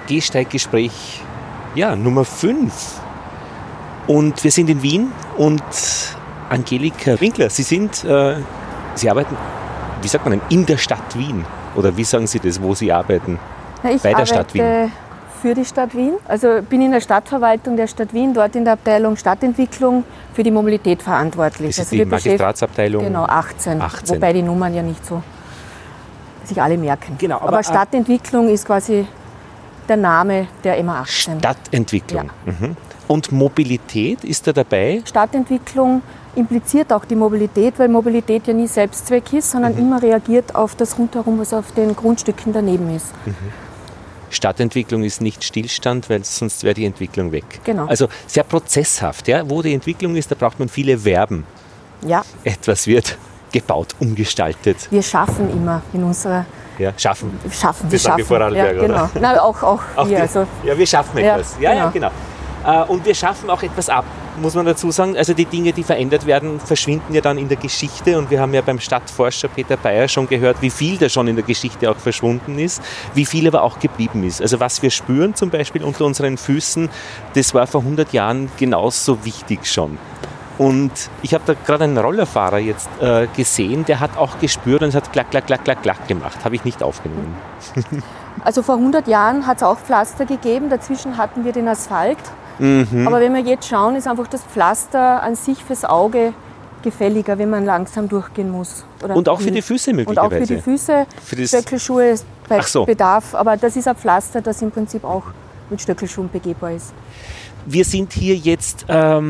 Gehsteiggespräch Nummer 5. Und wir sind in Wien und Angelika Winkler, Sie arbeiten, wie sagt man denn, in der Stadt Wien? Oder wie sagen Sie das, wo Sie arbeiten? Bei der Stadt Wien? Für die Stadt Wien. Also bin in der Stadtverwaltung der Stadt Wien, dort in der Abteilung Stadtentwicklung für die Mobilität verantwortlich. Das ist die Magistratsabteilung? Genau, 18. Wobei die Nummern ja nicht so sich alle merken. Genau, aber Stadtentwicklung ist quasi der Name der MA18. Stadtentwicklung. Ja. Mhm. Und Mobilität ist da dabei? Stadtentwicklung impliziert auch die Mobilität, weil Mobilität ja nie Selbstzweck ist, sondern immer reagiert auf das Rundherum, was auf den Grundstücken daneben ist. Mhm. Stadtentwicklung ist nicht Stillstand, weil sonst wäre die Entwicklung weg. Genau. Also sehr prozesshaft. Ja? Wo die Entwicklung ist, da braucht man viele Verben. Ja. Etwas wird gebaut, umgestaltet. Wir schaffen immer in unserer... Ja, schaffen. Wir schaffen. Die Vorarlberger, genau. oder? Nein, auch wir. Wir schaffen etwas. Ja, genau. Und wir schaffen auch etwas ab, muss man dazu sagen. Also die Dinge, die verändert werden, verschwinden ja dann in der Geschichte. Und wir haben ja beim Stadtforscher Peter Bayer schon gehört, wie viel da schon in der Geschichte auch verschwunden ist, wie viel aber auch geblieben ist. Also was wir spüren zum Beispiel unter unseren Füßen, das war vor 100 Jahren genauso wichtig schon. Und ich habe da gerade einen Rollerfahrer jetzt gesehen, der hat auch gespürt und es hat klack, klack, klack, klack, klack gemacht. Habe ich nicht aufgenommen. Also vor 100 Jahren hat es auch Pflaster gegeben, dazwischen hatten wir den Asphalt. Mhm. Aber wenn wir jetzt schauen, ist einfach das Pflaster an sich fürs Auge gefälliger, wenn man langsam durchgehen muss. Und auch für die Füße möglicherweise. Und auch für die Füße, Stöckelschuhe bei Bedarf. Aber das ist ein Pflaster, das im Prinzip auch mit Stöckelschuhen begehbar ist. Wir sind hier jetzt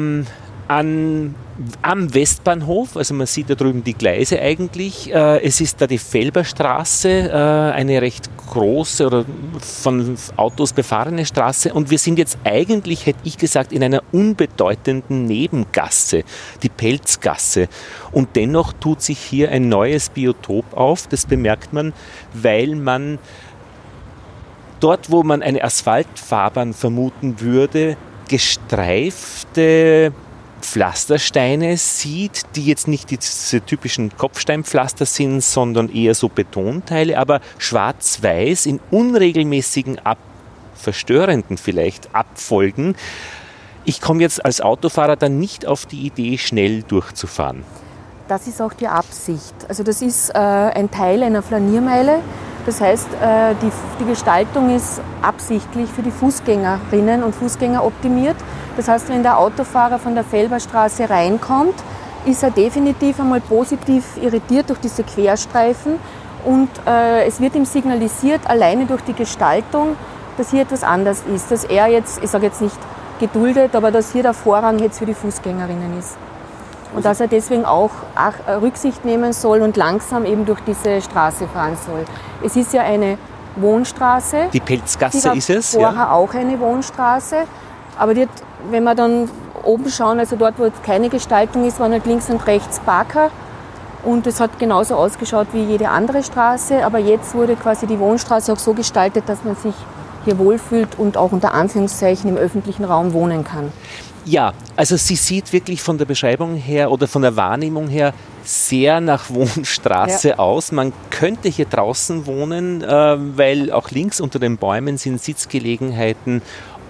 am Westbahnhof, also man sieht da drüben die Gleise eigentlich. Es ist da die Felberstraße, eine recht große oder von Autos befahrene Straße. Und wir sind jetzt eigentlich, hätte ich gesagt, in einer unbedeutenden Nebengasse, die Pelzgasse. Und dennoch tut sich hier ein neues Biotop auf. Das bemerkt man, weil man dort, wo man eine Asphaltfahrbahn vermuten würde, gestreifte Pflastersteine sieht, die jetzt nicht diese typischen Kopfsteinpflaster sind, sondern eher so Betonteile, aber schwarz-weiß in unregelmäßigen, verstörenden vielleicht Abfolgen. Ich komme jetzt als Autofahrer dann nicht auf die Idee, schnell durchzufahren. Das ist auch die Absicht. Also das ist ein Teil einer Flaniermeile. Das heißt, die Gestaltung ist absichtlich für die Fußgängerinnen und Fußgänger optimiert. Das heißt, wenn der Autofahrer von der Felberstraße reinkommt, ist er definitiv einmal positiv irritiert durch diese Querstreifen und es wird ihm signalisiert, alleine durch die Gestaltung, dass hier etwas anders ist. Dass er jetzt, ich sage jetzt nicht geduldet, aber dass hier der Vorrang jetzt für die Fußgängerinnen ist. Und dass er deswegen auch Rücksicht nehmen soll und langsam eben durch diese Straße fahren soll. Es ist ja eine Wohnstraße. Die Pelzgasse ist es? Die war vorher auch eine Wohnstraße. Aber wenn wir dann oben schauen, also dort, wo jetzt keine Gestaltung ist, waren halt links und rechts Parker. Und es hat genauso ausgeschaut wie jede andere Straße. Aber jetzt wurde quasi die Wohnstraße auch so gestaltet, dass man sich hier wohlfühlt und auch unter Anführungszeichen im öffentlichen Raum wohnen kann. Ja, also sie sieht wirklich von der Beschreibung her oder von der Wahrnehmung her sehr nach Wohnstraße aus. Man könnte hier draußen wohnen, weil auch links unter den Bäumen sind Sitzgelegenheiten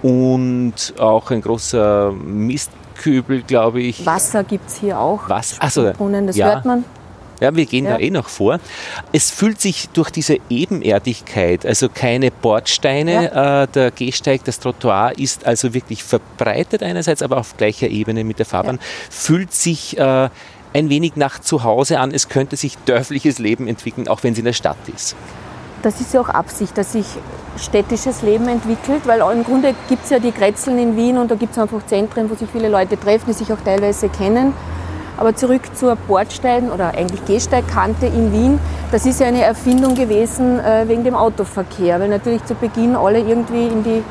und auch ein großer Mistkübel, glaube ich. Wasser gibt es hier auch. Brunnen, das hört man. Ja, wir gehen da noch vor. Es fühlt sich durch diese Ebenerdigkeit, also keine Bordsteine, der Gehsteig, das Trottoir ist also wirklich verbreitet einerseits, aber auf gleicher Ebene mit der Fahrbahn, fühlt sich ein wenig nach Zuhause an. Es könnte sich dörfliches Leben entwickeln, auch wenn es in der Stadt ist. Das ist ja auch Absicht, dass sich städtisches Leben entwickelt, weil im Grunde gibt es ja die Grätzeln in Wien und da gibt es einfach Zentren, wo sich viele Leute treffen, die sich auch teilweise kennen. Aber zurück zur Bordstein- oder eigentlich Gehsteigkante in Wien, das ist ja eine Erfindung gewesen wegen dem Autoverkehr, weil natürlich zu Beginn alle irgendwie in die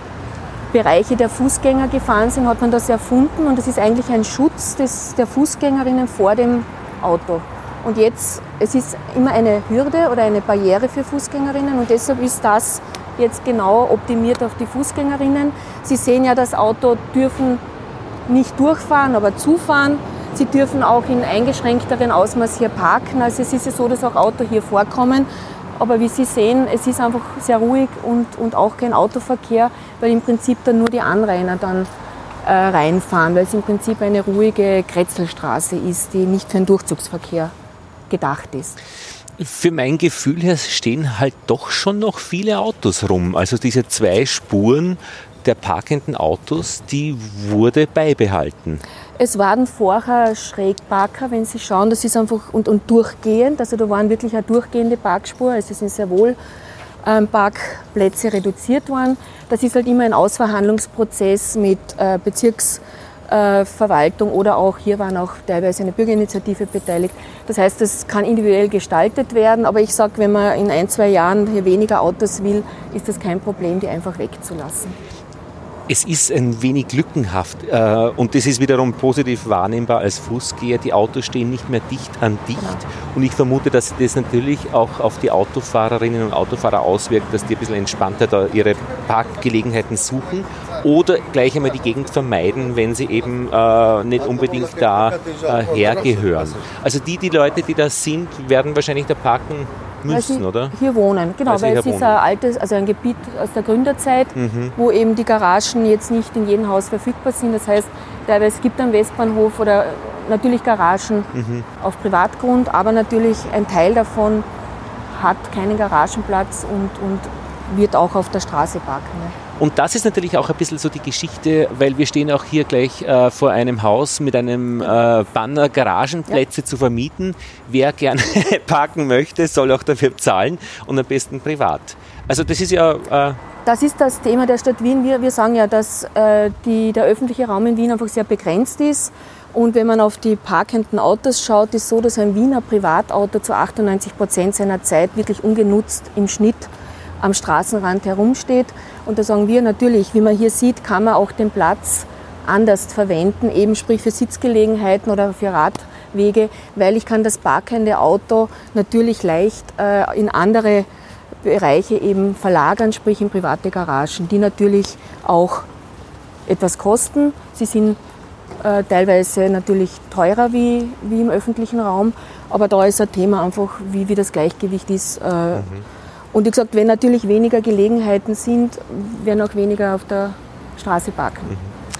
Bereiche der Fußgänger gefahren sind, hat man das erfunden und das ist eigentlich ein Schutz der Fußgängerinnen vor dem Auto. Und jetzt, es ist immer eine Hürde oder eine Barriere für Fußgängerinnen und deshalb ist das jetzt genau optimiert auf die Fußgängerinnen. Sie sehen ja, das Auto dürfen nicht durchfahren, aber zufahren. Sie dürfen auch in eingeschränkteren Ausmaß hier parken. Also es ist ja so, dass auch Autos hier vorkommen. Aber wie Sie sehen, es ist einfach sehr ruhig und auch kein Autoverkehr, weil im Prinzip dann nur die Anrainer dann reinfahren, weil es im Prinzip eine ruhige Kretzelstraße ist, die nicht für den Durchzugsverkehr gedacht ist. Für mein Gefühl her stehen halt doch schon noch viele Autos rum. Also diese 2 Spuren der parkenden Autos, die wurde beibehalten. Es waren vorher Schrägparker, wenn Sie schauen, das ist einfach und durchgehend, also da waren wirklich eine durchgehende Parkspur, also es sind sehr wohl Parkplätze reduziert worden. Das ist halt immer ein Ausverhandlungsprozess mit Bezirksverwaltung oder auch hier waren auch teilweise eine Bürgerinitiative beteiligt. Das heißt, das kann individuell gestaltet werden, aber ich sage, wenn man in 1-2 Jahren hier weniger Autos will, ist das kein Problem, die einfach wegzulassen. Es ist ein wenig lückenhaft und das ist wiederum positiv wahrnehmbar als Fußgeher. Die Autos stehen nicht mehr dicht an dicht und ich vermute, dass das natürlich auch auf die Autofahrerinnen und Autofahrer auswirkt, dass die ein bisschen entspannter da ihre Parkgelegenheiten suchen oder gleich einmal die Gegend vermeiden, wenn sie eben nicht unbedingt da hergehören. Also die Leute, die da sind, werden wahrscheinlich da parken müssen, oder? Hier wohnen, genau, weil es ist ein altes, also ein Gebiet aus der Gründerzeit, wo eben die Garagen jetzt nicht in jedem Haus verfügbar sind. Das heißt, teilweise gibt es am Westbahnhof oder natürlich Garagen auf Privatgrund, aber natürlich ein Teil davon hat keinen Garagenplatz und wird auch auf der Straße parken. Ne? Und das ist natürlich auch ein bisschen so die Geschichte, weil wir stehen auch hier gleich vor einem Haus mit einem Banner, Garagenplätze zu vermieten. Wer gerne parken möchte, soll auch dafür zahlen und am besten privat. Also das ist ja... Das ist das Thema der Stadt Wien. Wir sagen ja, dass der öffentliche Raum in Wien einfach sehr begrenzt ist. Und wenn man auf die parkenden Autos schaut, ist es so, dass ein Wiener Privatauto zu 98% seiner Zeit wirklich ungenutzt im Schnitt am Straßenrand herumsteht. Und da sagen wir natürlich, wie man hier sieht, kann man auch den Platz anders verwenden, eben sprich für Sitzgelegenheiten oder für Radwege, weil ich kann das parkende Auto natürlich leicht in andere Bereiche eben verlagern, sprich in private Garagen, die natürlich auch etwas kosten. Sie sind teilweise natürlich teurer wie im öffentlichen Raum, aber da ist ein Thema einfach, wie das Gleichgewicht ist. Und wie gesagt, wenn natürlich weniger Gelegenheiten sind, werden auch weniger auf der Straße parken.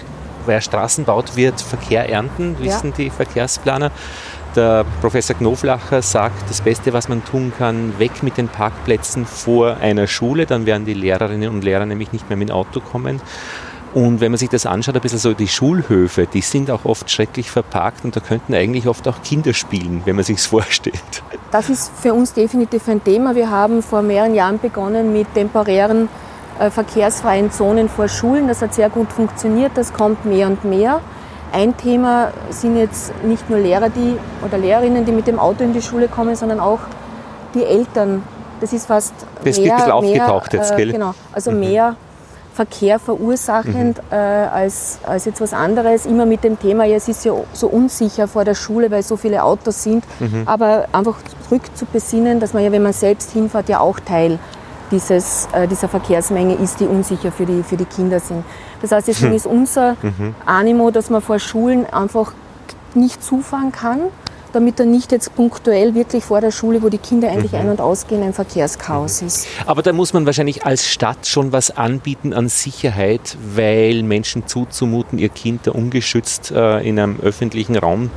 Wer Straßen baut, wird Verkehr ernten, wissen die Verkehrsplaner. Der Professor Knoflacher sagt, das Beste, was man tun kann, weg mit den Parkplätzen vor einer Schule, dann werden die Lehrerinnen und Lehrer nämlich nicht mehr mit dem Auto kommen. Und wenn man sich das anschaut, ein bisschen so die Schulhöfe, die sind auch oft schrecklich verparkt und da könnten eigentlich oft auch Kinder spielen, wenn man sich es vorstellt. Das ist für uns definitiv ein Thema. Wir haben vor mehreren Jahren begonnen mit temporären verkehrsfreien Zonen vor Schulen. Das hat sehr gut funktioniert, das kommt mehr und mehr. Ein Thema sind jetzt nicht nur Lehrer oder Lehrerinnen, die mit dem Auto in die Schule kommen, sondern auch die Eltern. Das ist fast das ist ein bisschen aufgetaucht jetzt, gell? Genau, also mehr Verkehr verursachend als jetzt was anderes. Immer mit dem Thema, ja, es ist ja so unsicher vor der Schule, weil so viele Autos sind. Aber einfach zurück zu besinnen, dass man ja, wenn man selbst hinfährt, ja auch Teil dieser Verkehrsmenge ist, die unsicher für die Kinder sind. Das heißt, deswegen ist unser Animo, dass man vor Schulen einfach nicht zufahren kann, damit dann nicht jetzt punktuell wirklich vor der Schule, wo die Kinder eigentlich ein- und ausgehen, ein Verkehrschaos ist. Aber da muss man wahrscheinlich als Stadt schon was anbieten an Sicherheit, weil Menschen zuzumuten, ihr Kind da ungeschützt in einem öffentlichen Raum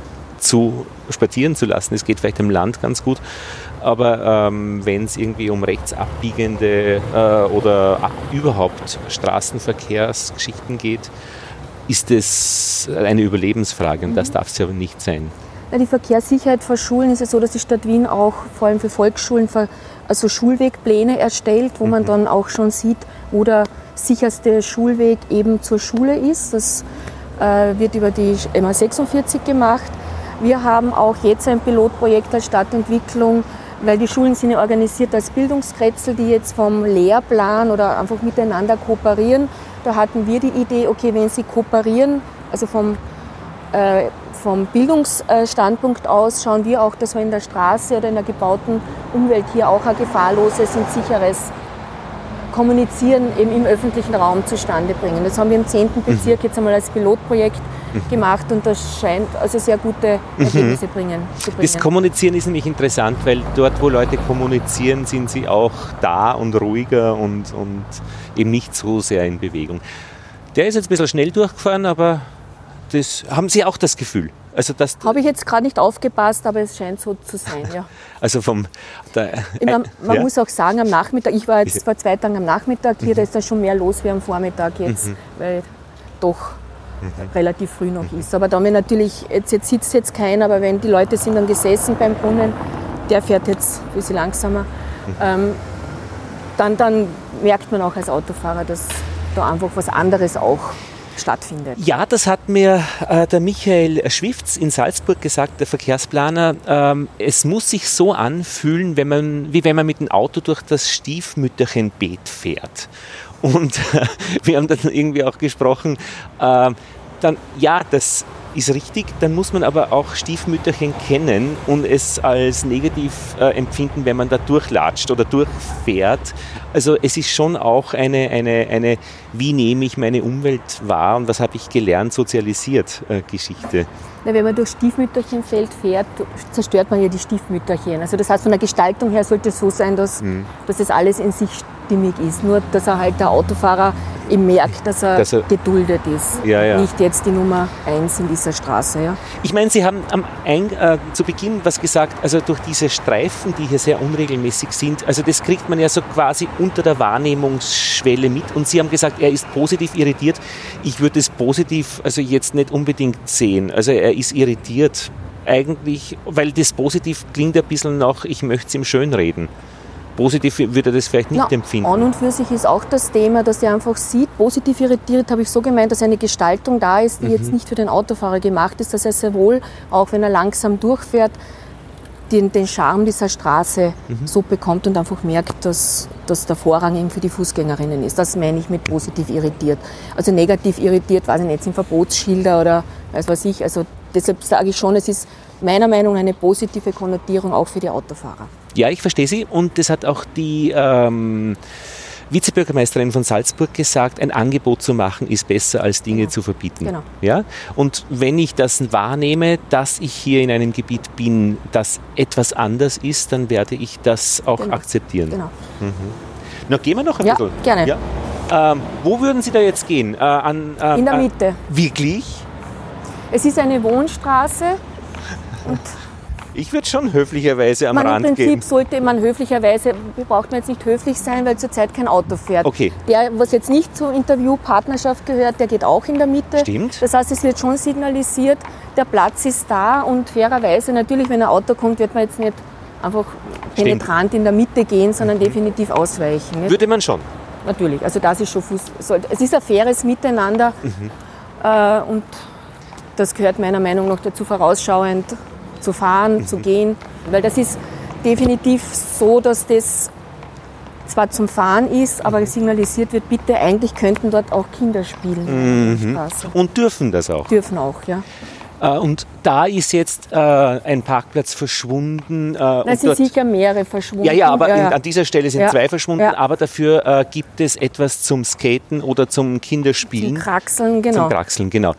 spazieren zu lassen. Das geht vielleicht im Land ganz gut, aber wenn es irgendwie um rechtsabbiegende oder überhaupt Straßenverkehrsgeschichten geht, ist es eine Überlebensfrage und das darf es ja nicht sein. Die Verkehrssicherheit vor Schulen ist ja so, dass die Stadt Wien auch vor allem für Volksschulen also Schulwegpläne erstellt, wo man dann auch schon sieht, wo der sicherste Schulweg eben zur Schule ist. Das wird über die MA46 gemacht. Wir haben auch jetzt ein Pilotprojekt als Stadtentwicklung, weil die Schulen sind ja organisiert als Bildungskretzel, die jetzt vom Lehrplan oder einfach miteinander kooperieren. Da hatten wir die Idee, okay, wenn sie kooperieren, also vom Bildungsstandpunkt aus schauen wir auch, dass wir in der Straße oder in der gebauten Umwelt hier auch ein gefahrloses und sicheres Kommunizieren eben im öffentlichen Raum zustande bringen. Das haben wir im 10. Bezirk jetzt einmal als Pilotprojekt gemacht und das scheint also sehr gute Ergebnisse zu bringen. Das Kommunizieren ist nämlich interessant, weil dort, wo Leute kommunizieren, sind sie auch da und ruhiger und eben nicht so sehr in Bewegung. Der ist jetzt ein bisschen schnell durchgefahren, aber das haben Sie auch das Gefühl? Also habe ich jetzt gerade nicht aufgepasst, aber es scheint so zu sein, ja. Also man muss auch sagen, am Nachmittag, ich war jetzt vor 2 Tagen am Nachmittag hier, da ist dann schon mehr los wie am Vormittag jetzt, weil doch relativ früh noch ist. Aber da haben wir natürlich, jetzt sitzt jetzt keiner, aber wenn die Leute sind dann gesessen beim Brunnen, der fährt jetzt ein bisschen langsamer, dann merkt man auch als Autofahrer, dass da einfach was anderes auch stattfindet. Ja, das hat mir der Michael Schwifts in Salzburg gesagt, der Verkehrsplaner. Es muss sich so anfühlen, wie wenn man mit dem Auto durch das Stiefmütterchenbeet fährt. Und wir haben dann irgendwie auch gesprochen, das ist richtig, dann muss man aber auch Stiefmütterchen kennen und es als negativ empfinden, wenn man da durchlatscht oder durchfährt. Also es ist schon auch eine wie nehme ich meine Umwelt wahr und was habe ich gelernt, sozialisiert Geschichte. Na, wenn man durch Stiefmütterchenfeld fährt, zerstört man ja die Stiefmütterchen. Also das heißt, von der Gestaltung her sollte es so sein, dass das alles in sich stimmig ist. Nur, dass der Autofahrer eben merkt, dass er geduldet ist. Ja. Nicht jetzt die Nummer 1 in dieser Straße. Ja. Ich meine, Sie haben zu Beginn was gesagt, also durch diese Streifen, die hier sehr unregelmäßig sind, also das kriegt man ja so quasi unter der Wahrnehmungsschwelle mit. Und Sie haben gesagt, er ist positiv irritiert. Ich würde es positiv also jetzt nicht unbedingt sehen. Also er ist irritiert eigentlich, weil das positiv klingt ein bisschen nach, ich möchte es ihm schönreden. Positiv würde er das vielleicht nicht empfinden. An und für sich ist auch das Thema, dass er einfach sieht, positiv irritiert habe ich so gemeint, dass eine Gestaltung da ist, die jetzt nicht für den Autofahrer gemacht ist, dass er sehr wohl, auch wenn er langsam durchfährt, den Charme dieser Straße so bekommt und einfach merkt, dass der Vorrang eben für die Fußgängerinnen ist. Das meine ich mit positiv irritiert. Also negativ irritiert, weiß ich nicht, sind Verbotsschilder oder weiß ich. Also deshalb sage ich schon, es ist meiner Meinung nach eine positive Konnotierung auch für die Autofahrer. Ja, ich verstehe Sie und das hat auch die Vizebürgermeisterin von Salzburg gesagt, ein Angebot zu machen ist besser als Dinge zu verbieten. Genau. Ja? Und wenn ich das wahrnehme, dass ich hier in einem Gebiet bin, das etwas anders ist, dann werde ich das auch akzeptieren. Genau. Na, gehen wir noch ein bisschen. Gerne. Ja. Wo würden Sie da jetzt gehen? In der Mitte. Wirklich? Es ist eine Wohnstraße und ich würde schon höflicherweise am Rand gehen. Im Prinzip sollte man höflicherweise, braucht man jetzt nicht höflich sein, weil zurzeit kein Auto fährt. Okay. Der, was jetzt nicht zur Interviewpartnerschaft gehört, der geht auch in der Mitte. Stimmt. Das heißt, es wird schon signalisiert, der Platz ist da und fairerweise, natürlich, wenn ein Auto kommt, wird man jetzt nicht einfach penetrant in der Mitte gehen, sondern definitiv ausweichen. Nicht? Würde man schon. Natürlich, also das ist schon es ist ein faires Miteinander und das gehört meiner Meinung nach dazu, vorausschauend zu fahren, zu gehen, weil das ist definitiv so, dass das zwar zum Fahren ist, aber signalisiert wird, bitte, eigentlich könnten dort auch Kinder spielen. Mhm. Und dürfen das auch? Dürfen auch, ja. Und da ist jetzt ein Parkplatz verschwunden. Es sind sicher mehrere verschwunden. Ja, aber an dieser Stelle sind 2 verschwunden, aber dafür gibt es etwas zum Skaten oder zum Kinderspielen. Zum Kraxeln, genau. Zum Kraxeln, genau.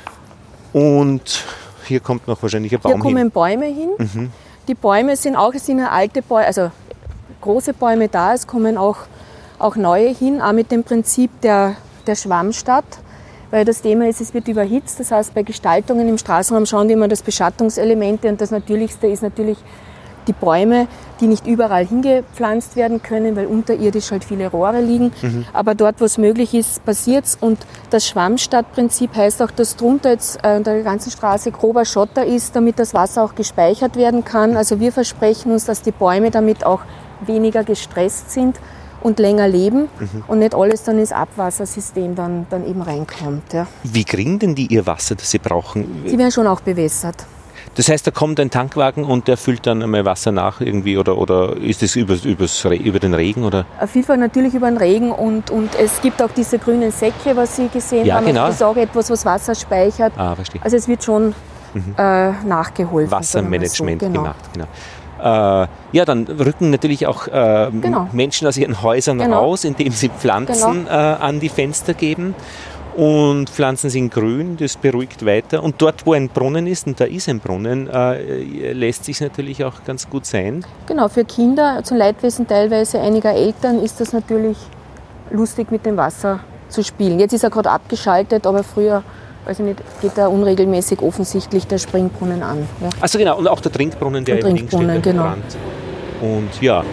Und hier kommt noch wahrscheinlich ein Baum hin. Hier kommen Bäume hin. Die Bäume sind alte Bäume, also große Bäume da. Es kommen auch neue hin, auch mit dem Prinzip der Schwammstadt. Weil das Thema ist, es wird überhitzt. Das heißt, bei Gestaltungen im Straßenraum schauen wir immer das Beschattungselemente. Und das Natürlichste ist natürlich die Bäume, die nicht überall hingepflanzt werden können, weil unterirdisch halt viele Rohre liegen. Aber dort, wo es möglich ist, passiert es. Und das Schwammstadtprinzip heißt auch, dass drunter jetzt an der ganzen Straße grober Schotter ist, damit das Wasser auch gespeichert werden kann. Also wir versprechen uns, dass die Bäume damit auch weniger gestresst sind und länger leben und nicht alles dann ins Abwassersystem dann eben reinkommt. Ja. Wie kriegen denn die ihr Wasser, das sie brauchen? Sie werden schon auch bewässert. Das heißt, da kommt ein Tankwagen und der füllt dann einmal Wasser nach irgendwie oder ist es über den Regen? Oder? Auf jeden Fall natürlich über den Regen und es gibt auch diese grünen Säcke, was Sie gesehen haben. Genau. Das ist auch etwas, was Wasser speichert. Verstehe. Also es wird schon nachgeholfen. Wassermanagement so. gemacht, genau. Dann rücken natürlich auch Menschen aus ihren Häusern raus, indem sie Pflanzen an die Fenster geben. und pflanzen sie in Grün, das beruhigt weiter. Und dort, wo ein Brunnen ist, und da ist ein Brunnen, lässt sich natürlich auch ganz gut sein. Genau, für Kinder, zum Leidwesen teilweise einiger Eltern, ist das natürlich lustig, mit dem Wasser zu spielen. Jetzt ist er gerade abgeschaltet, aber früher, weiß ich nicht, geht da unregelmäßig offensichtlich der Springbrunnen an. Ja. Also genau, und auch der Trinkbrunnen, der im Ding steht, der genau. Brand. Und ja.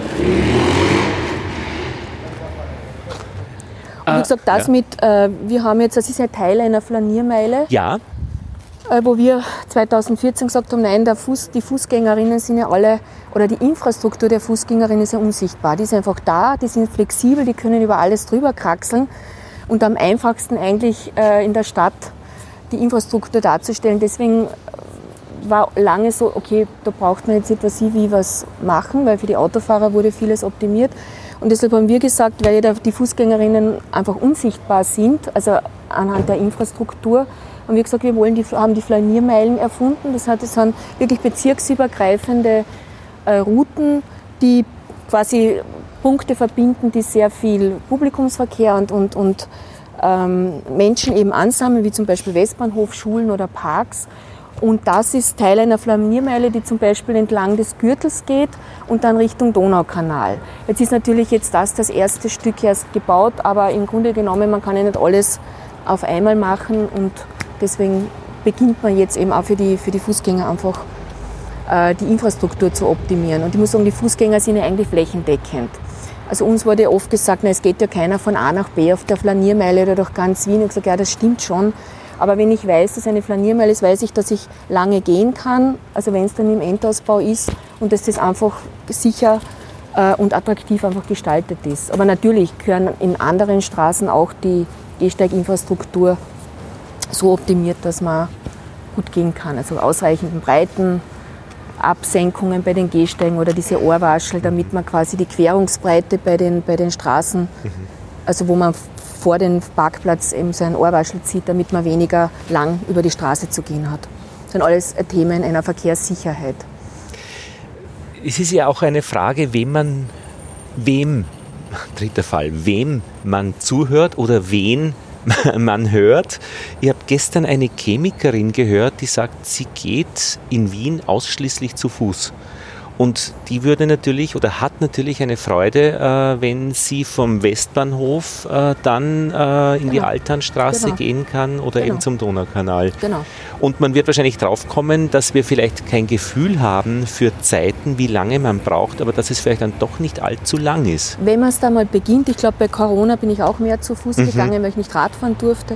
Und wie gesagt, das mit, wir haben jetzt, das ist ein Teil einer Flaniermeile, Ja, wo wir 2014 gesagt haben, nein, die Fußgängerinnen sind ja alle, oder die Infrastruktur der Fußgängerinnen ist ja unsichtbar. Die ist einfach da, die sind flexibel, die können über alles drüber kraxeln und am einfachsten eigentlich in der Stadt die Infrastruktur darzustellen. Deswegen war lange so, okay, da braucht man jetzt etwas wie was machen, weil für die Autofahrer wurde vieles optimiert. Und deshalb haben wir gesagt, weil ja die Fußgängerinnen einfach unsichtbar sind, also anhand der Infrastruktur, haben wir gesagt, wir haben die Flaniermeilen erfunden. Das sind wirklich bezirksübergreifende Routen, die quasi Punkte verbinden, die sehr viel Publikumsverkehr und Menschen eben ansammeln, wie zum Beispiel Westbahnhof, Schulen oder Parks. Und das ist Teil einer Flaniermeile, die zum Beispiel entlang des Gürtels geht und dann Richtung Donaukanal. Jetzt ist natürlich das erste Stück erst gebaut, aber im Grunde genommen, man kann ja nicht alles auf einmal machen und deswegen beginnt man jetzt eben auch für die Fußgänger einfach die Infrastruktur zu optimieren. Und ich muss sagen, die Fußgänger sind ja eigentlich flächendeckend. Also uns wurde oft gesagt, es geht ja keiner von A nach B auf der Flaniermeile oder durch ganz Wien. Ich habe gesagt, ja, das stimmt schon. Aber wenn ich weiß, dass eine Flaniermeile ist, weiß ich, dass ich lange gehen kann, also wenn es dann im Endausbau ist und dass das einfach sicher und attraktiv einfach gestaltet ist. Aber natürlich gehören in anderen Straßen auch die Gehsteiginfrastruktur so optimiert, dass man gut gehen kann. Also ausreichenden Breiten, Absenkungen bei den Gehsteigen oder diese Ohrwaschel, damit man quasi die Querungsbreite bei den Straßen, also wo man vor den Parkplatz eben so ein Ohrwaschel zieht, damit man weniger lang über die Straße zu gehen hat. Das sind alles Themen einer Verkehrssicherheit. es ist ja auch eine Frage, wem man zuhört oder wen man hört. Ich habe gestern eine Chemikerin gehört, die sagt, sie geht in Wien ausschließlich zu Fuß. Und die würde natürlich oder hat natürlich eine Freude, wenn sie vom Westbahnhof dann in die Alternstraße gehen kann oder eben zum Donaukanal. Genau. Und man wird wahrscheinlich drauf kommen, dass wir vielleicht kein Gefühl haben für Zeiten, wie lange man braucht, aber dass es vielleicht dann doch nicht allzu lang ist. Wenn man es da mal beginnt, ich glaube bei Corona bin ich auch mehr zu Fuß gegangen, weil ich nicht Radfahren durfte.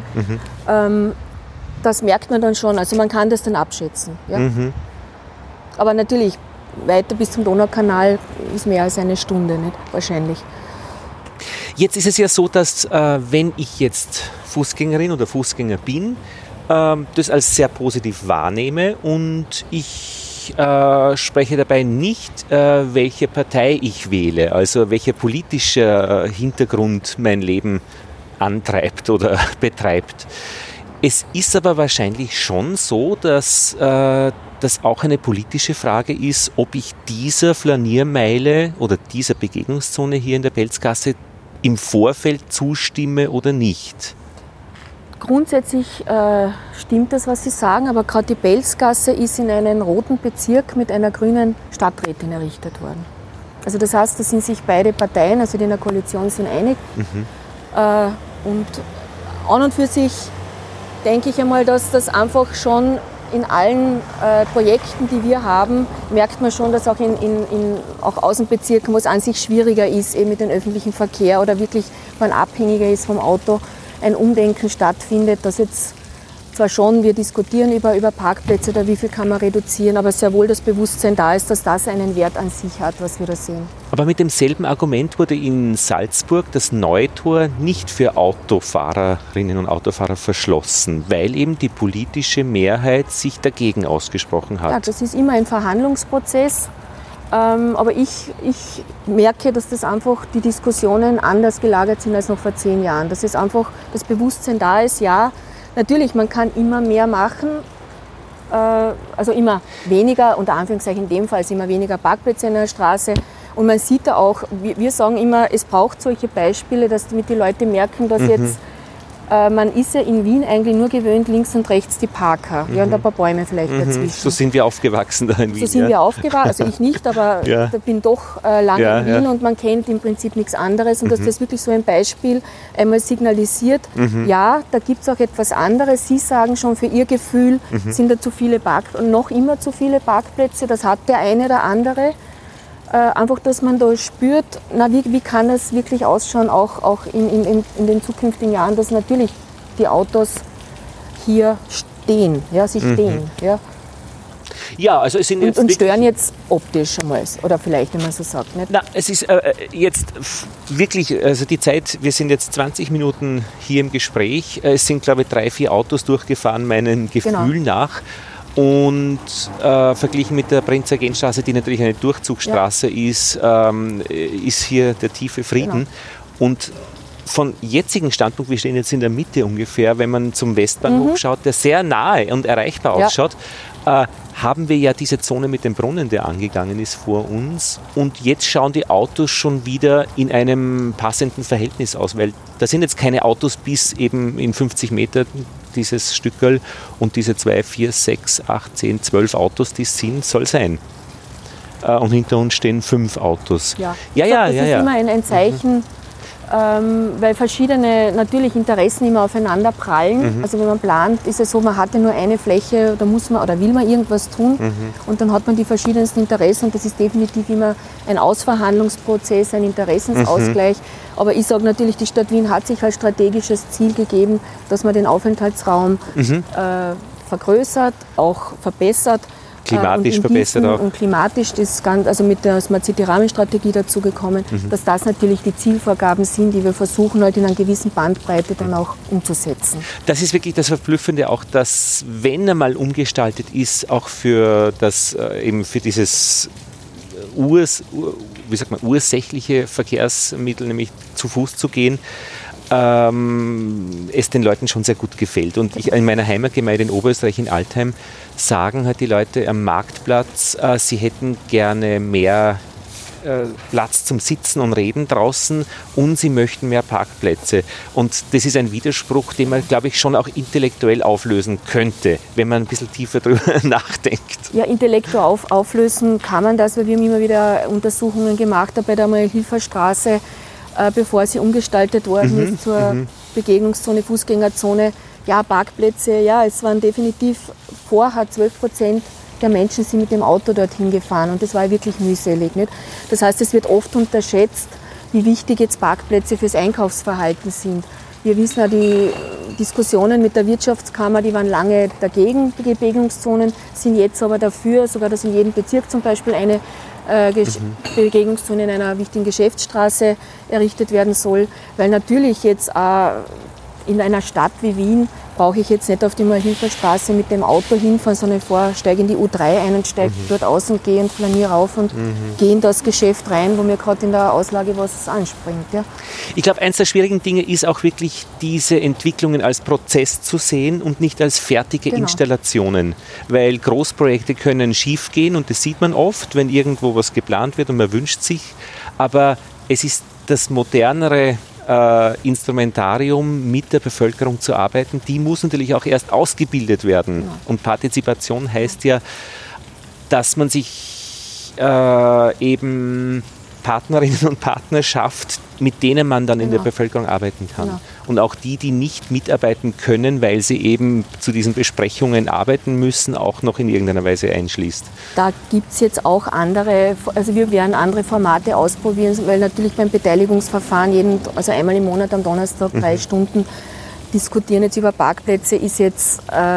Das merkt man dann schon, also man kann das dann abschätzen. Ja? Aber natürlich, weiter bis zum Donaukanal ist mehr als eine Stunde, nicht? Wahrscheinlich. Jetzt ist es ja so, dass wenn ich jetzt Fußgängerin oder Fußgänger bin, das als sehr positiv wahrnehme und ich spreche dabei nicht, welche Partei ich wähle, also welcher politische Hintergrund mein Leben antreibt oder betreibt. Es ist aber wahrscheinlich schon so, dass das auch eine politische Frage ist, ob ich dieser Flaniermeile oder dieser Begegnungszone hier in der Pelzgasse im Vorfeld zustimme oder nicht. Grundsätzlich stimmt das, was Sie sagen, aber gerade die Pelzgasse ist in einen roten Bezirk mit einer grünen Stadträtin errichtet worden. Also das heißt, da sind sich beide Parteien, also die in der Koalition sind, einig. Und an und für sich denke ich einmal, dass das einfach schon in allen Projekten, die wir haben, merkt man schon, dass auch in auch Außenbezirken, wo es an sich schwieriger ist, eben mit dem öffentlichen Verkehr oder wirklich man abhängiger ist vom Auto, ein Umdenken stattfindet, dass jetzt zwar schon wir diskutieren über Parkplätze oder wie viel kann man reduzieren, aber sehr wohl das Bewusstsein da ist, dass das einen Wert an sich hat, was wir da sehen. Aber mit demselben Argument wurde in Salzburg das Neutor nicht für Autofahrerinnen und Autofahrer verschlossen, weil eben die politische Mehrheit sich dagegen ausgesprochen hat. Ja, das ist immer ein Verhandlungsprozess, aber ich merke, dass das einfach die Diskussionen anders gelagert sind als noch vor 10 Jahren. Dass es einfach das Bewusstsein da ist, ja, natürlich, man kann immer mehr machen, also immer weniger, unter Anführungszeichen in dem Fall, immer weniger Parkplätze in der Straße. Und man sieht da auch, wir sagen immer, es braucht solche Beispiele, damit die Leute merken, dass jetzt man ist ja in Wien eigentlich nur gewöhnt, links und rechts die Parker, ja, und ein paar Bäume vielleicht dazwischen. So sind wir aufgewachsen da in Wien. So sind wir aufgewachsen, also ich nicht, aber ich bin doch lange in Wien und man kennt im Prinzip nichts anderes. Und dass das wirklich so ein Beispiel einmal signalisiert, ja, da gibt es auch etwas anderes. Sie sagen schon, für Ihr Gefühl sind da zu viele noch immer zu viele Parkplätze, das hat der eine oder andere. Einfach, dass man da spürt, na, wie kann es wirklich ausschauen, auch in den zukünftigen Jahren, dass natürlich die Autos hier stehen, ja, sie stehen. Ja. Ja, also es sind jetzt und stören jetzt optisch einmal, oder vielleicht, wenn man so sagt. Nicht? Na, es ist jetzt wirklich, also die Zeit, wir sind jetzt 20 Minuten hier im Gespräch, es sind, glaube ich, 3-4 Autos durchgefahren, meinem Gefühl nach. Und verglichen mit der Prinz-Eugen-Straße, die natürlich eine Durchzugsstraße ist, ist hier der tiefe Frieden. Und von jetzigen Standpunkt, wir stehen jetzt in der Mitte ungefähr, wenn man zum Westbahnhof schaut, der sehr nahe und erreichbar ausschaut, haben wir ja diese Zone mit dem Brunnen, der angegangen ist, vor uns. Und jetzt schauen die Autos schon wieder in einem passenden Verhältnis aus, weil da sind jetzt keine Autos bis eben in 50 Meter dieses Stückerl und diese 2, 4, 6, 8, 10, 12 Autos, die es sind, soll sein. Und hinter uns stehen 5 Autos. Das ist immer ein Zeichen, weil verschiedene natürlich Interessen immer aufeinander prallen. Also wenn man plant, ist es so, man hat ja nur eine Fläche, da muss man oder will man irgendwas tun und dann hat man die verschiedensten Interessen und das ist definitiv immer ein Ausverhandlungsprozess, ein Interessensausgleich. Aber ich sage natürlich, die Stadt Wien hat sich als strategisches Ziel gegeben, dass man den Aufenthaltsraum vergrößert, auch verbessert. Klimatisch verbessert auch. Und klimatisch ist ganz, also mit der Smart City Rahmenstrategie dazu gekommen, dass das natürlich die Zielvorgaben sind, die wir versuchen halt in einer gewissen Bandbreite dann auch umzusetzen. Das ist wirklich das Verblüffende auch, dass wenn er mal umgestaltet ist, auch für das eben für dieses ursächliche Verkehrsmittel, nämlich zu Fuß zu gehen, es den Leuten schon sehr gut gefällt. Und in meiner Heimatgemeinde in Oberösterreich, in Altheim, sagen halt die Leute am Marktplatz, sie hätten gerne mehr Platz zum Sitzen und Reden draußen und sie möchten mehr Parkplätze. Und das ist ein Widerspruch, den man, glaube ich, schon auch intellektuell auflösen könnte, wenn man ein bisschen tiefer drüber nachdenkt. Ja, intellektuell auflösen kann man das, weil wir haben immer wieder Untersuchungen gemacht bei der Hilferstraße, bevor sie umgestaltet worden ist zur Begegnungszone, Fußgängerzone. Ja, Parkplätze, ja, es waren definitiv vorher 12% der Menschen sind mit dem Auto dorthin gefahren und das war wirklich mühselig. Nicht? Das heißt, es wird oft unterschätzt, wie wichtig jetzt Parkplätze fürs Einkaufsverhalten sind. Wir wissen ja, die Diskussionen mit der Wirtschaftskammer, die waren lange dagegen, die Begegnungszonen, sind jetzt aber dafür, sogar dass in jedem Bezirk zum Beispiel eine Begegnungszone in einer wichtigen Geschäftsstraße errichtet werden soll, weil natürlich jetzt in einer Stadt wie Wien brauche ich jetzt nicht auf die Hilferstraße mit dem Auto hinfahren, sondern ich steige in die U3 ein und steige dort aus und gehe und flaniere rauf und gehe in das Geschäft rein, wo mir gerade in der Auslage was anspringt. Ja. Ich glaube, eines der schwierigen Dinge ist auch wirklich diese Entwicklungen als Prozess zu sehen und nicht als fertige Installationen, weil Großprojekte können schief gehen und das sieht man oft, wenn irgendwo was geplant wird und man wünscht sich, aber es ist das modernere Instrumentarium, mit der Bevölkerung zu arbeiten, die muss natürlich auch erst ausgebildet werden. Ja. Und Partizipation heißt ja, dass man sich eben Partnerinnen und Partner schafft, mit denen man dann in der Bevölkerung arbeiten kann. Genau. Und auch die, die nicht mitarbeiten können, weil sie eben zu diesen Besprechungen arbeiten müssen, auch noch in irgendeiner Weise einschließt. Da gibt es jetzt auch andere, also wir werden andere Formate ausprobieren, weil natürlich beim Beteiligungsverfahren also einmal im Monat am Donnerstag 3 Stunden diskutieren jetzt über Parkplätze, ist jetzt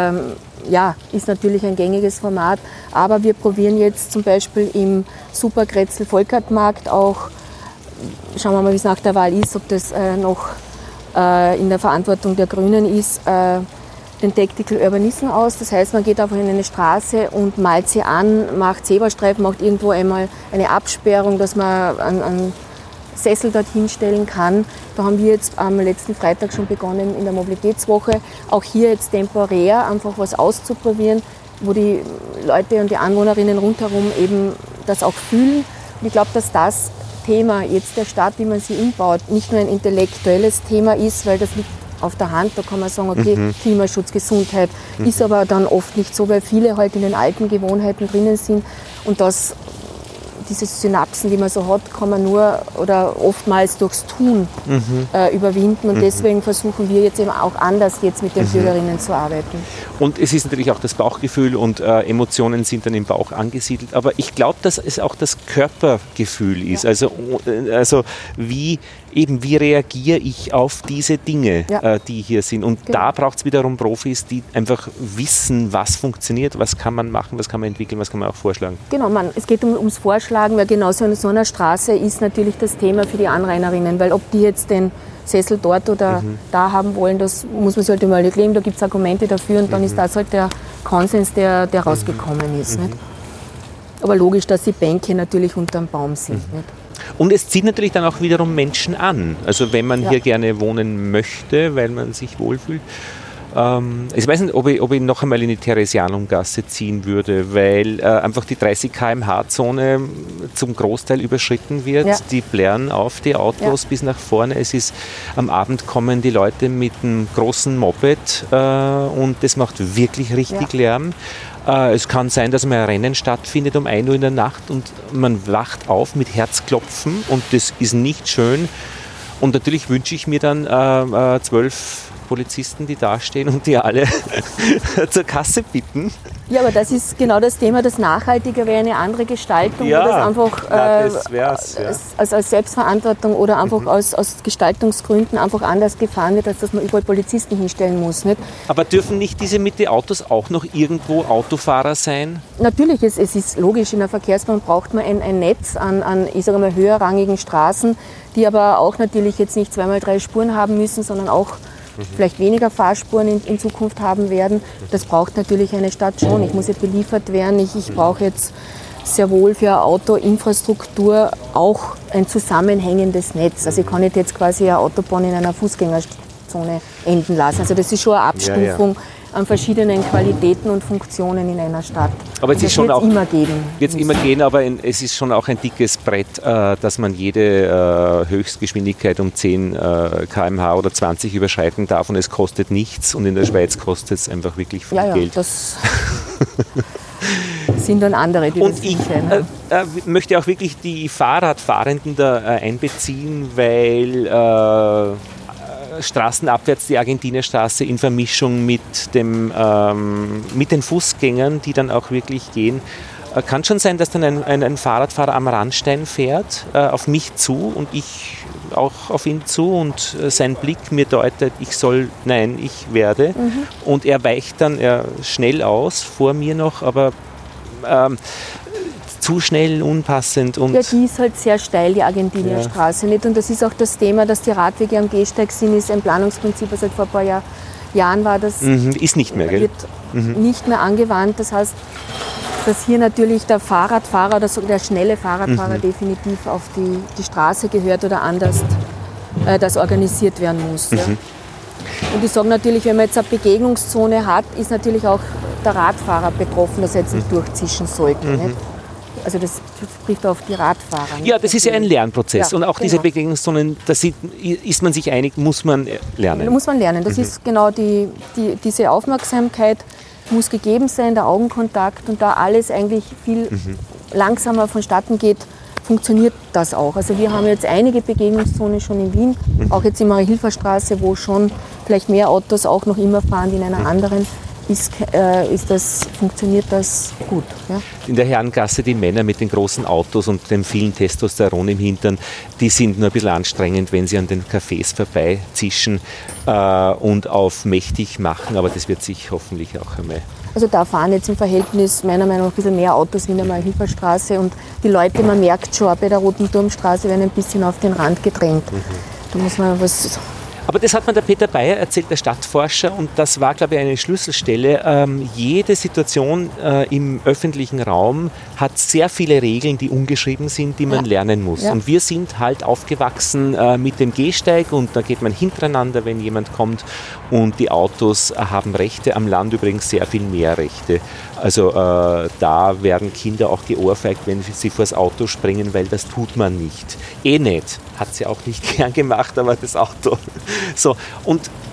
ist natürlich ein gängiges Format, aber wir probieren jetzt zum Beispiel im Supergrätzl-Volkertmarkt auch, schauen wir mal, wie es nach der Wahl ist, ob das noch in der Verantwortung der Grünen ist, den Tactical Urbanism aus. Das heißt, man geht einfach in eine Straße und malt sie an, macht Zebrastreifen, macht irgendwo einmal eine Absperrung, dass man einen Sessel dorthin stellen kann. Da haben wir jetzt am letzten Freitag schon begonnen in der Mobilitätswoche, auch hier jetzt temporär einfach was auszuprobieren, wo die Leute und die Anwohnerinnen rundherum eben das auch fühlen. Und ich glaube, dass das Thema jetzt der Stadt, wie man sie umbaut, nicht nur ein intellektuelles Thema ist, weil das liegt auf der Hand. Da kann man sagen, okay, Klimaschutz, Gesundheit, ist aber dann oft nicht so, weil viele halt in den alten Gewohnheiten drinnen sind und diese Synapsen, die man so hat, kann man nur oder oftmals durchs Tun überwinden. Und deswegen versuchen wir jetzt eben auch anders jetzt mit den Bürgerinnen zu arbeiten. Und es ist natürlich auch das Bauchgefühl und Emotionen sind dann im Bauch angesiedelt. Aber ich glaube, dass es auch das Körpergefühl ist. Ja. Also wie reagiere ich auf diese Dinge, die hier sind. Und da braucht es wiederum Profis, die einfach wissen, was funktioniert, was kann man machen, was kann man entwickeln, was kann man auch vorschlagen. Genau, es geht ums Vorschlagen, weil genauso in so einer Straße ist natürlich das Thema für die Anrainerinnen, weil ob die jetzt den Sessel dort oder da haben wollen, das muss man sich halt immer überlegen, da gibt es Argumente dafür und dann ist das halt der Konsens, der rausgekommen ist. Nicht? Aber logisch, dass die Bänke natürlich unterm Baum sind. Nicht? Und es zieht natürlich dann auch wiederum Menschen an. Also wenn man hier gerne wohnen möchte, weil man sich wohlfühlt. Ich weiß nicht, ob ich noch einmal in die Theresianumgasse ziehen würde, weil einfach die 30 km/h-Zone zum Großteil überschritten wird. Ja. Die blären auf die Autos bis nach vorne. Es ist, am Abend kommen die Leute mit einem großen Moped und das macht wirklich richtig Lärm. Es kann sein, dass mal ein Rennen stattfindet um 1 Uhr in der Nacht und man wacht auf mit Herzklopfen und das ist nicht schön. Und natürlich wünsche ich mir dann 12 Polizisten, die dastehen und die alle zur Kasse bitten. Ja, aber das ist genau das Thema, das Nachhaltige wäre eine andere Gestaltung, wo das einfach als Selbstverantwortung oder einfach aus Gestaltungsgründen einfach anders gefahren wird, als dass man überall Polizisten hinstellen muss. Nicht? Aber dürfen nicht diese Mitte-Autos auch noch irgendwo Autofahrer sein? Natürlich, es ist logisch, in der Verkehrsbahn braucht man ein Netz an ich sage mal, höherrangigen Straßen, die aber auch natürlich jetzt nicht 2x3 Spuren haben müssen, sondern auch vielleicht weniger Fahrspuren in Zukunft haben werden. Das braucht natürlich eine Stadt schon. Ich muss jetzt beliefert werden. Ich brauche jetzt sehr wohl für Autoinfrastruktur auch ein zusammenhängendes Netz. Also ich kann nicht jetzt quasi eine Autobahn in einer Fußgängerzone enden lassen. Also das ist schon eine Abstufung an verschiedenen Qualitäten und Funktionen in einer Stadt. Aber es ist schon auch immer geben. Wird es immer gehen, aber es ist schon auch ein dickes Brett, dass man jede Höchstgeschwindigkeit um 10 km/h oder 20 überschreiten darf und es kostet nichts und in der Schweiz kostet es einfach wirklich viel Geld. Das sind dann andere, die und ich möchte auch wirklich die Fahrradfahrenden da einbeziehen, weil straßenabwärts die Argentinerstraße in Vermischung mit den Fußgängern, die dann auch wirklich gehen. Kann schon sein, dass dann ein Fahrradfahrer am Randstein fährt, auf mich zu und ich auch auf ihn zu und sein Blick mir deutet, ich werde. Und er weicht dann schnell aus, vor mir noch, aber zu schnell, unpassend. Und die ist halt sehr steil, die Argentinierstraße. Nicht? Und das ist auch das Thema, dass die Radwege am Gehsteig sind, ist ein Planungsprinzip, also vor ein paar Jahren war das. Ist nicht mehr, gell? Wird nicht mehr angewandt. Das heißt, dass hier natürlich der Fahrradfahrer oder so der schnelle Fahrradfahrer definitiv auf die Straße gehört oder anders das organisiert werden muss. Ja. Und ich sage natürlich, wenn man jetzt eine Begegnungszone hat, ist natürlich auch der Radfahrer betroffen, dass er jetzt nicht durchzischen sollte. Nicht? Also das trifft auf die Radfahrer. Ja, das ist ja ein Lernprozess. Und auch diese Begegnungszonen, da ist man sich einig, muss man lernen. Da muss man lernen. Das ist genau diese Aufmerksamkeit muss gegeben sein, der Augenkontakt und da alles eigentlich viel langsamer vonstatten geht, funktioniert das auch. Also wir haben jetzt einige Begegnungszonen schon in Wien, auch jetzt in Marie-Hilfer-Straße, wo schon vielleicht mehr Autos auch noch immer fahren wie in einer anderen. Funktioniert das gut. Ja? In der Herrengasse die Männer mit den großen Autos und dem vielen Testosteron im Hintern, die sind nur ein bisschen anstrengend, wenn sie an den Cafés vorbeizischen und auf mächtig machen, aber das wird sich hoffentlich auch einmal. Also da fahren jetzt im Verhältnis meiner Meinung nach ein bisschen mehr Autos wie in der Marie-Hilfer-Straße und die Leute, man merkt schon, bei der Roten Turmstraße werden ein bisschen auf den Rand gedrängt. Da muss man was... Aber das hat mir der Peter Beyer erzählt, der Stadtforscher, und das war, glaube ich, eine Schlüsselstelle. Jede Situation im öffentlichen Raum hat sehr viele Regeln, die ungeschrieben sind, die man lernen muss. Ja. Und wir sind halt aufgewachsen mit dem Gehsteig und da geht man hintereinander, wenn jemand kommt, und die Autos haben Rechte, am Land übrigens sehr viel mehr Rechte. Also da werden Kinder auch geohrfeigt, wenn sie vors Auto springen, weil das tut man nicht. Nicht. Hat sie auch nicht gern gemacht, aber das Auto. So, und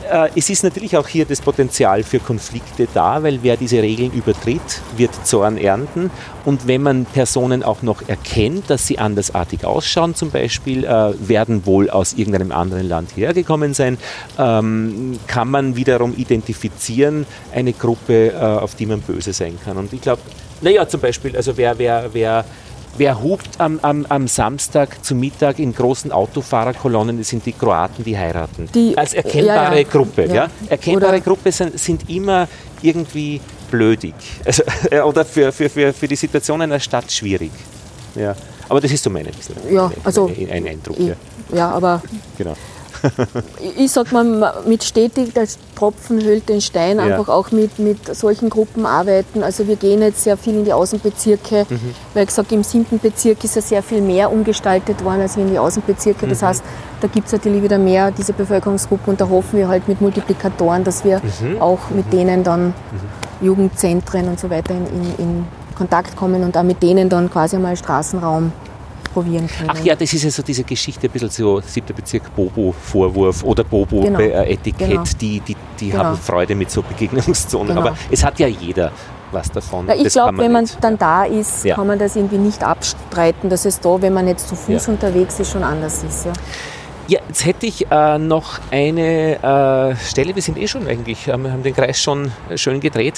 es ist natürlich auch hier das Potenzial für Konflikte da, weil wer diese Regeln übertritt, wird Zorn ernten. Und wenn man Personen auch noch erkennt, dass sie andersartig ausschauen zum Beispiel, werden wohl aus irgendeinem anderen Land hergekommen sein, kann man wiederum identifizieren eine Gruppe, auf die man böse sein kann. Und ich glaube, zum Beispiel, also wer hupt am Samstag zu Mittag in großen Autofahrerkolonnen, das sind die Kroaten, die heiraten. Als erkennbare Gruppe. Ja. Erkennbare Gruppe sind immer irgendwie blödig. Also, oder für die Situation einer Stadt schwierig. Ja. Aber das ist so mein Eindruck. Ja, aber genau. Ich sag mal, mit stetig, der Tropfen höhlt den Stein, einfach auch mit solchen Gruppen arbeiten. Also wir gehen jetzt sehr viel in die Außenbezirke, weil gesagt, im 7. Bezirk ist ja sehr viel mehr umgestaltet worden als in die Außenbezirke. Das heißt, da gibt es natürlich wieder mehr diese Bevölkerungsgruppen und da hoffen wir halt mit Multiplikatoren, dass wir auch mit denen dann Jugendzentren und so weiter in Kontakt kommen und auch mit denen dann quasi mal Straßenraum probieren können. Ach ja, das ist ja so diese Geschichte, ein bisschen so 7. Bezirk Bobo-Vorwurf oder Bobo-Etikett, die haben Freude mit so Begegnungszonen, aber es hat ja jeder was davon. Ja, ich glaube, wenn man dann da ist, kann man das irgendwie nicht abstreiten, dass es da, wenn man jetzt zu Fuß unterwegs ist, schon anders ist. Ja, jetzt hätte ich noch eine Stelle, wir sind schon eigentlich, wir haben den Kreis schon schön gedreht.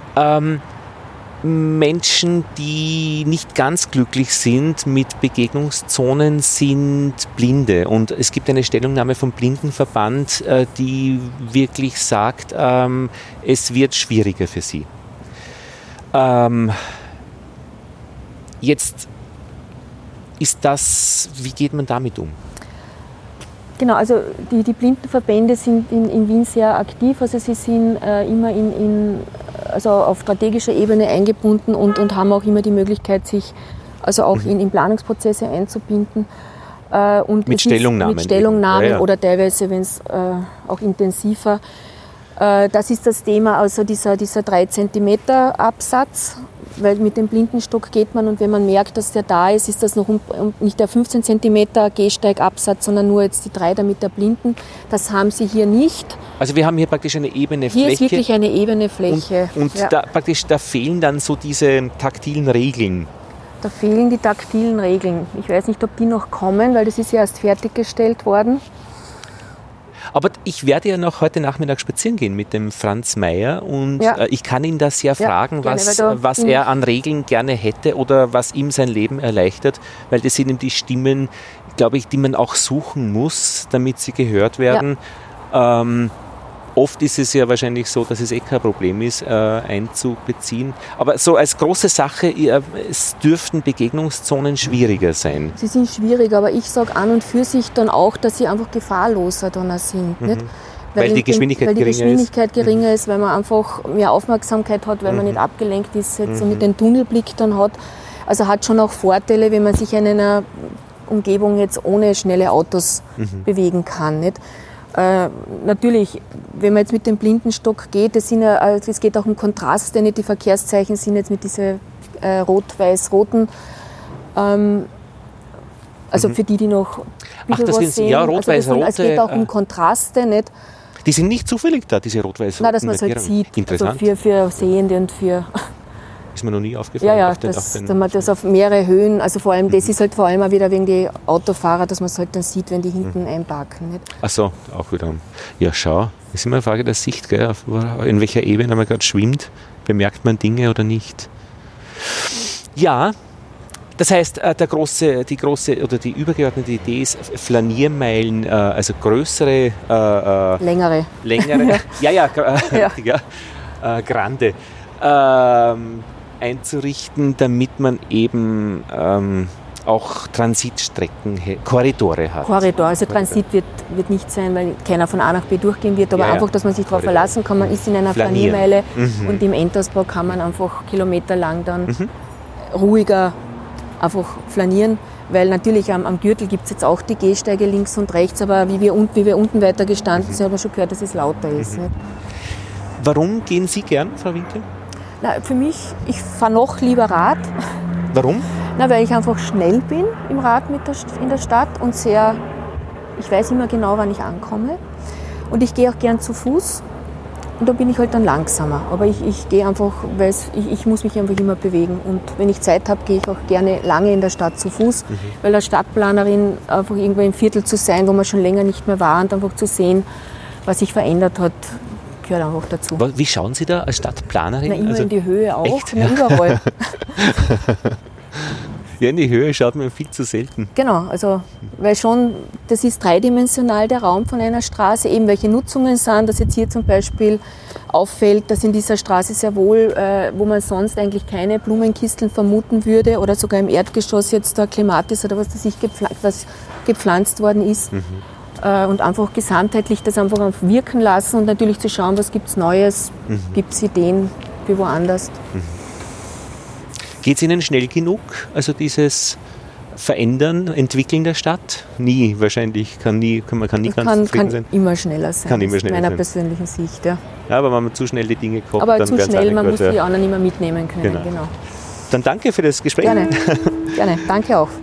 Menschen, die nicht ganz glücklich sind mit Begegnungszonen, sind Blinde. Und es gibt eine Stellungnahme vom Blindenverband, die wirklich sagt, es wird schwieriger für sie. Jetzt ist das, wie geht man damit um? Genau, also die Blindenverbände sind in Wien sehr aktiv, also sie sind immer also auf strategischer Ebene eingebunden und haben auch immer die Möglichkeit, sich also auch in Planungsprozesse einzubinden. Und mit Stellungnahmen. Mit Stellungnahmen oder teilweise, wenn es auch intensiver. Das ist das Thema, also dieser 3 cm Absatz, weil mit dem Blindenstock geht man und wenn man merkt, dass der da ist, ist das noch nicht der 15 cm Gehsteigabsatz, sondern nur jetzt die 3 damit der Blinden. Das haben sie hier nicht. Also wir haben hier praktisch eine ebene Fläche. Hier ist wirklich eine ebene Fläche. Und da fehlen dann so diese taktilen Regeln. Da fehlen die taktilen Regeln. Ich weiß nicht, ob die noch kommen, weil das ist ja erst fertiggestellt worden. Aber ich werde ja noch heute Nachmittag spazieren gehen mit dem Franz Mayer und ich kann ihn da sehr fragen, was er an Regeln gerne hätte oder was ihm sein Leben erleichtert, weil das sind ihm die Stimmen, glaube ich, die man auch suchen muss, damit sie gehört werden. Ja. Oft ist es ja wahrscheinlich so, dass es kein Problem ist, einzubeziehen. Aber so als große Sache, es dürften Begegnungszonen schwieriger sein. Sie sind schwieriger, aber ich sage an und für sich dann auch, dass sie einfach gefahrloser dann sind. Nicht? Weil die Geschwindigkeit geringer ist, weil man einfach mehr Aufmerksamkeit hat, weil man nicht abgelenkt ist jetzt und mit dem Tunnelblick dann hat. Also hat schon auch Vorteile, wenn man sich in einer Umgebung jetzt ohne schnelle Autos bewegen kann. Nicht? Natürlich, wenn man jetzt mit dem Blindenstock geht, es geht auch um Kontraste, nicht die Verkehrszeichen sind jetzt mit diesen rot-weiß-roten, also für die noch ein bisschen was sehen. Ja, rot-weiß-rote. Es geht auch um Kontraste, nicht? Die sind nicht zufällig da, diese rot-weiß-roten. Nein, dass man es halt sieht, interessant. Also für Sehende und für... Ist mir noch nie aufgefallen. Ja, dass man das auf mehrere Höhen, also vor allem, das ist halt vor allem auch wieder wegen die Autofahrer, dass man es halt dann sieht, wenn die hinten einparken. Nicht? Ach so, auch wieder. Ja, schau, das ist immer eine Frage der Sicht, gell? In welcher Ebene man gerade schwimmt, bemerkt man Dinge oder nicht. Ja, das heißt, die übergeordnete Idee ist Flaniermeilen, also größere... Längere. Grande. Einzurichten, damit man eben auch Transitstrecken, Korridore hat. Also Transit wird nicht sein, weil keiner von A nach B durchgehen wird, aber einfach, dass man sich darauf verlassen kann. Man ist in einer Flaniermeile und im Entersbau kann man einfach kilometerlang dann ruhiger einfach flanieren, weil natürlich am Gürtel gibt es jetzt auch die Gehsteige links und rechts, aber wie wir unten weiter gestanden sind, haben wir schon gehört, dass es lauter ist. Nicht? Warum gehen Sie gern, Frau Winkel? Na, für mich, ich fahre noch lieber Rad. Warum? Na, weil ich einfach schnell bin im Rad in der Stadt und ich weiß immer genau, wann ich ankomme. Und ich gehe auch gern zu Fuß. Und da bin ich halt dann langsamer. Aber ich gehe einfach, weil ich muss mich einfach immer bewegen. Und wenn ich Zeit habe, gehe ich auch gerne lange in der Stadt zu Fuß. Weil als Stadtplanerin einfach irgendwo im Viertel zu sein, wo man schon länger nicht mehr war und einfach zu sehen, was sich verändert hat, gehört einfach dazu. Wie schauen Sie da als Stadtplanerin? Na, immer in die Höhe auch. Echt? Na, überall. Ja, in die Höhe schaut man viel zu selten. Genau, also weil schon, das ist dreidimensional der Raum von einer Straße, eben welche Nutzungen sind, dass jetzt hier zum Beispiel auffällt, dass in dieser Straße sehr wohl, wo man sonst eigentlich keine Blumenkisteln vermuten würde oder sogar im Erdgeschoss jetzt da Clematis oder was gepflanzt worden ist. Und einfach gesamtheitlich das einfach wirken lassen und natürlich zu schauen, was gibt es Neues, gibt es Ideen wie woanders. Geht es Ihnen schnell genug, also dieses Verändern, Entwickeln der Stadt? Nie wahrscheinlich, man kann nie ganz zufrieden sein. Kann immer schneller sein, kann immer schneller aus meiner sein. Persönlichen Sicht. Ja. Ja, aber wenn man zu schnell die Dinge kocht, aber dann zu schnell, man muss die anderen immer mitnehmen können. Genau. Dann danke für das Gespräch. Gerne, gerne. Danke auch.